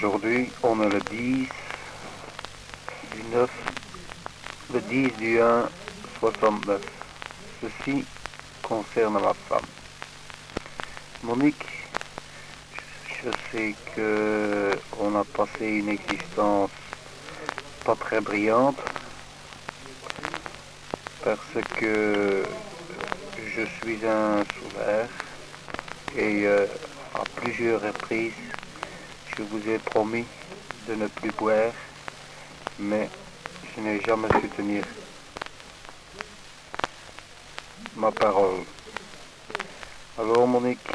Aujourd'hui, on est le 10 du 9, le 10 du 1, 69. Ceci concerne ma femme. Monique, je sais que on a passé une existence pas très brillante parce que je suis un sourd et à plusieurs reprises je vous ai promis de ne plus boire, mais je n'ai jamais su tenir ma parole. Alors Monique,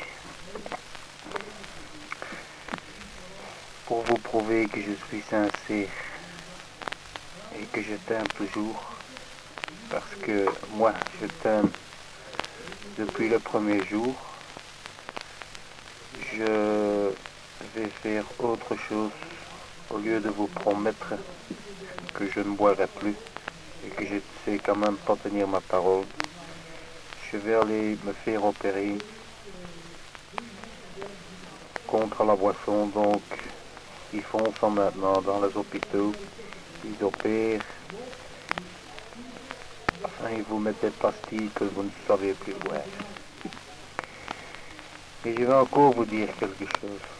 pour vous prouver que je suis sincère et que je t'aime toujours, parce que moi je t'aime depuis le premier jour, je vais faire autre chose. Au lieu de vous promettre que je ne boirai plus et que je ne sais quand même pas tenir ma parole, je vais aller me faire opérer contre la boisson. Donc ils font ça maintenant dans les hôpitaux, ils opèrent, enfin ils vous mettent des pastilles que vous ne savez plus boire. Et je vais encore vous dire quelque chose.